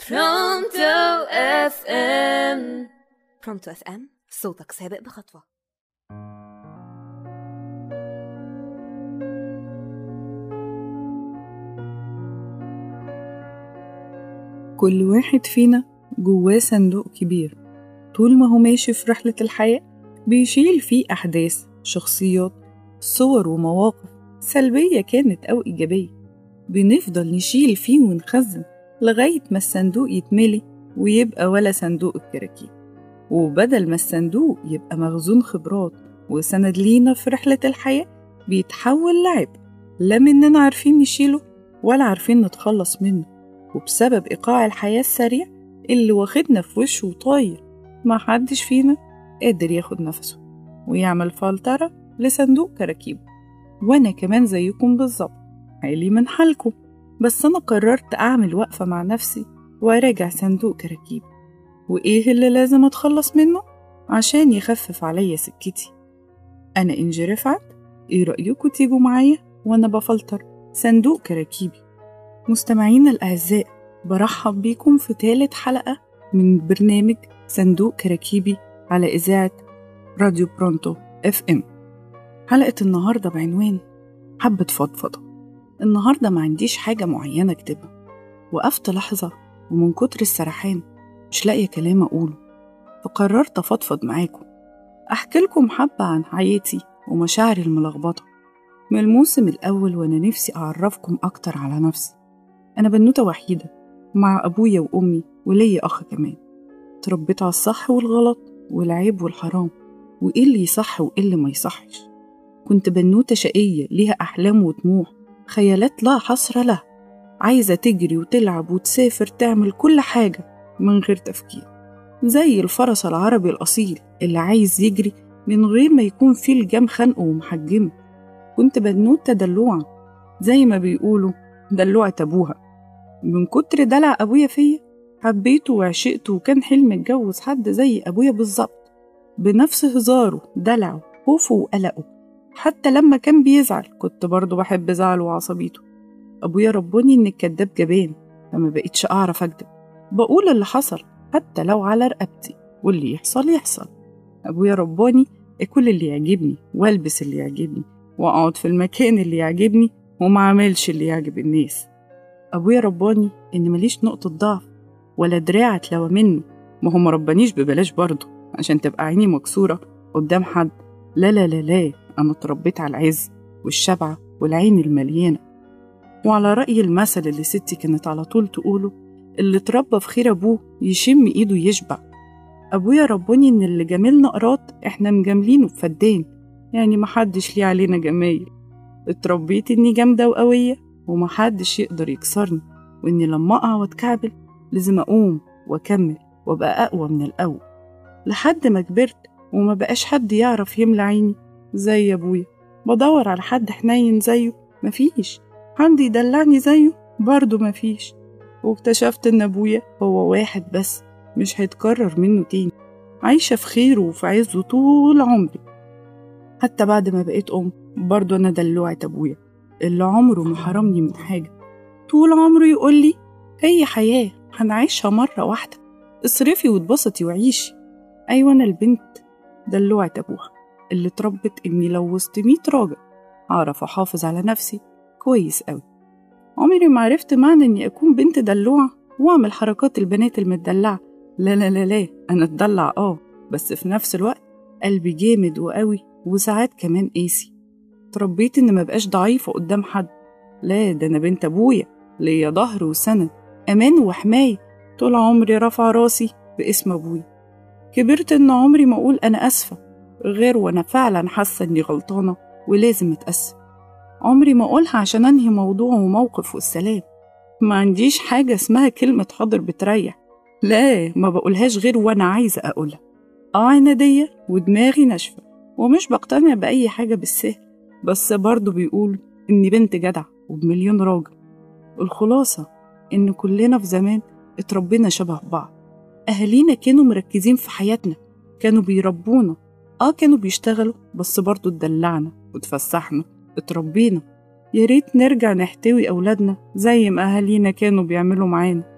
برونتو اف ام. برونتو اف ام، صوتك سابق بخطوة. كل واحد فينا جواه صندوق كبير، طول ما هو ماشي في رحلة الحياة بيشيل فيه أحداث، شخصيات، صور ومواقف سلبية كانت أو إيجابية. بنفضل نشيل فيه ونخزن لغاية ما الصندوق يتملي ويبقى ولا صندوق الكراكيب. وبدل ما الصندوق يبقى مخزون خبرات وسند لينا في رحلة الحياة، بيتحول لعبء لا مننا عارفين نشيله ولا عارفين نتخلص منه. وبسبب إيقاع الحياة السريع اللي واخدنا في وشه وطاير، ما حدش فينا قادر ياخد نفسه ويعمل فلترة لصندوق كراكيبه. وأنا كمان زيكم بالظبط حالي من حالكم، بس أنا قررت أعمل وقفة مع نفسي وأراجع صندوق كراكيبي وإيه اللي لازم أتخلص منه عشان يخفف عليا سكتي. أنا إنجي رفعت، إيه رأيكم تيجوا معايا وأنا بفلتر صندوق كراكيبي؟ مستمعينا الأعزاء، برحب بيكم في ثالث حلقة من برنامج صندوق كراكيبي على إذاعة راديو برونتو اف ام. حلقة النهاردة بعنوان حبة فضفضة. النهاردة ما عنديش حاجة معينة أكتبها، وقفت لحظة ومن كتر السرحان مش لاقية كلام أقوله، فقررت أفضفض معاكم، أحكي لكم حبة عن حياتي ومشاعري الملخبطة من الموسم الأول. وأنا نفسي أعرفكم أكتر على نفسي. أنا بنوتة وحيدة مع أبويا وأمي وليا أخ كمان. تربيت على الصح والغلط والعيب والحرام، وإيه اللي يصح وإيه اللي ما يصحش. كنت بنوتة شقية ليها أحلام وطموح، خيالات لا حصر لها، عايزة تجري وتلعب وتسافر، تعمل كل حاجة من غير تفكير، زي الفرس العربي الأصيل اللي عايز يجري من غير ما يكون فيه لجام خنقه ومحجمه. كنت بنوتة دلوعة، زي ما بيقولوا دلوعة أبوها. من كتر دلع أبويا فيا حبيته وعشقته، وكان حلمي اتجوز حد زي أبويا بالظبط، بنفس هزاره، دلعه، خوفه وقلقه. حتى لما كان بيزعل كنت برضه بحب زعله وعصبيته. أبويا ربوني إن الكداب جبان، فما بقيتش أعرف أكدب، بقول اللي حصل حتى لو على رقبتي، واللي يحصل يحصل. أبويا رباني أكل اللي يعجبني والبس اللي يعجبني وأقعد في المكان اللي يعجبني وما عملش اللي يعجب الناس. أبويا رباني إن ماليش نقطة ضعف ولا دراع اتلوى منه. ما هو مربانيش ببلاش برضه عشان تبقى عيني مكسورة قدام حد. لا لا لا لا، أنا اتربيت على العز والشبع والعين المليانة. وعلى رأي المثل اللي ستي كانت على طول تقوله، اللي اتربى في خير أبوه يشم إيده يشبع. أبويا رباني إن اللي جاملنا قراط إحنا مجاملينه بفدان، يعني محدش ليه علينا جمايل. اتربيت إني جامدة وقوية ومحدش يقدر يكسرني، وإني لما أقع واتكعبل لازم أقوم وأكمل وأبقى أقوى من الأول. لحد ما كبرت وما بقاش حد يعرف يملى عيني زي أبويا، بدور على حد حنين زيه، مفيش. حد يدلعني زيه برضه مفيش. واكتشفت إن أبويا هو واحد بس مش هيتكرر منه تاني، عايشة في خيره وفي عزه طول عمري. حتى بعد ما بقيت أم برضه أنا دلوعة أبويا اللي عمره ما حرمني من حاجة. طول عمره يقولي هي حياة هنعيشها مرة واحدة، اصرفي واتبسطي وعيشي. أيوة، أنا البنت دلوعة أبوها اللي اتربت إني لو وسط 100 راجل أعرف أحافظ على نفسي كويس أوي. عمري ما عرفت معنى إني أكون بنت دلوعة وأعمل حركات البنات المدلعة. لا لا لا لا، أنا اتدلع بس في نفس الوقت قلبي جامد وقوي، وساعات كمان قاسي. تربيت إن ما بقاش ضعيفة قدام حد، لا، ده أنا بنت أبويا، ليا ظهر وسند، أمان وحماية. طول عمري رافعة راسي باسم أبويا. كبرت إن عمري ما أقول أنا أسفة غير وأنا فعلا حاسة إني غلطانة ولازم أتأسف. عمري ما أقولها عشان أنهي موضوع وموقف والسلام. ما عنديش حاجة اسمها كلمة حاضر بتريح، لا، ما بقولهاش غير وأنا عايزة أقولها. عنادية ودماغي ناشفة ومش بقتنع بأي حاجة بالسهل، بس برضو بيقولوا إني بنت جدع وبمليون راجل. الخلاصة إن كلنا في زمان اتربينا شبه بعض. أهالينا كانوا مركزين في حياتنا، كانوا بيربونا، كانوا بيشتغلوا بس برضو اتدلعنا وتفسحنا، اتربينا. ياريت نرجع نحتوي أولادنا زي ما أهالينا كانوا بيعملوا معانا.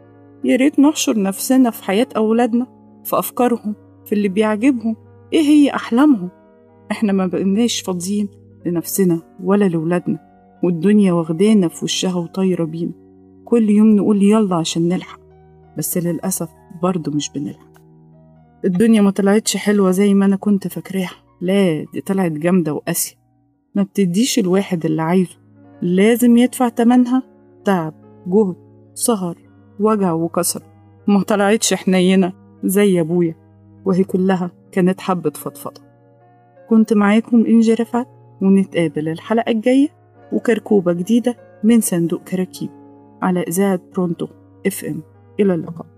ياريت نحشر نفسنا في حياة أولادنا، في أفكارهم، في اللي بيعجبهم، إيه هي أحلامهم. إحنا ما بقناش فاضيين لنفسنا ولا لولادنا، والدنيا واخدانا في وشها وطايرة بينا. كل يوم نقول يلا عشان نلحق، بس للأسف برضو مش بنلحق. الدنيا ما طلعتش حلوة زي ما أنا كنت فاكراها، لا دي طلعت جامدة وقاسية، ما بتديش الواحد اللي عايزه، لازم يدفع تمنها تعب، جهد، سهر، وجع وكسر. ما طلعتش حنينة زي أبويا، وهي كلها كانت حبة فضفضة. كنت معاكم إنجي رفعت، ونتقابل الحلقة الجاية وكركوبة جديدة من صندوق كراكيب على إذاعة برونتو FM. إلى اللقاء.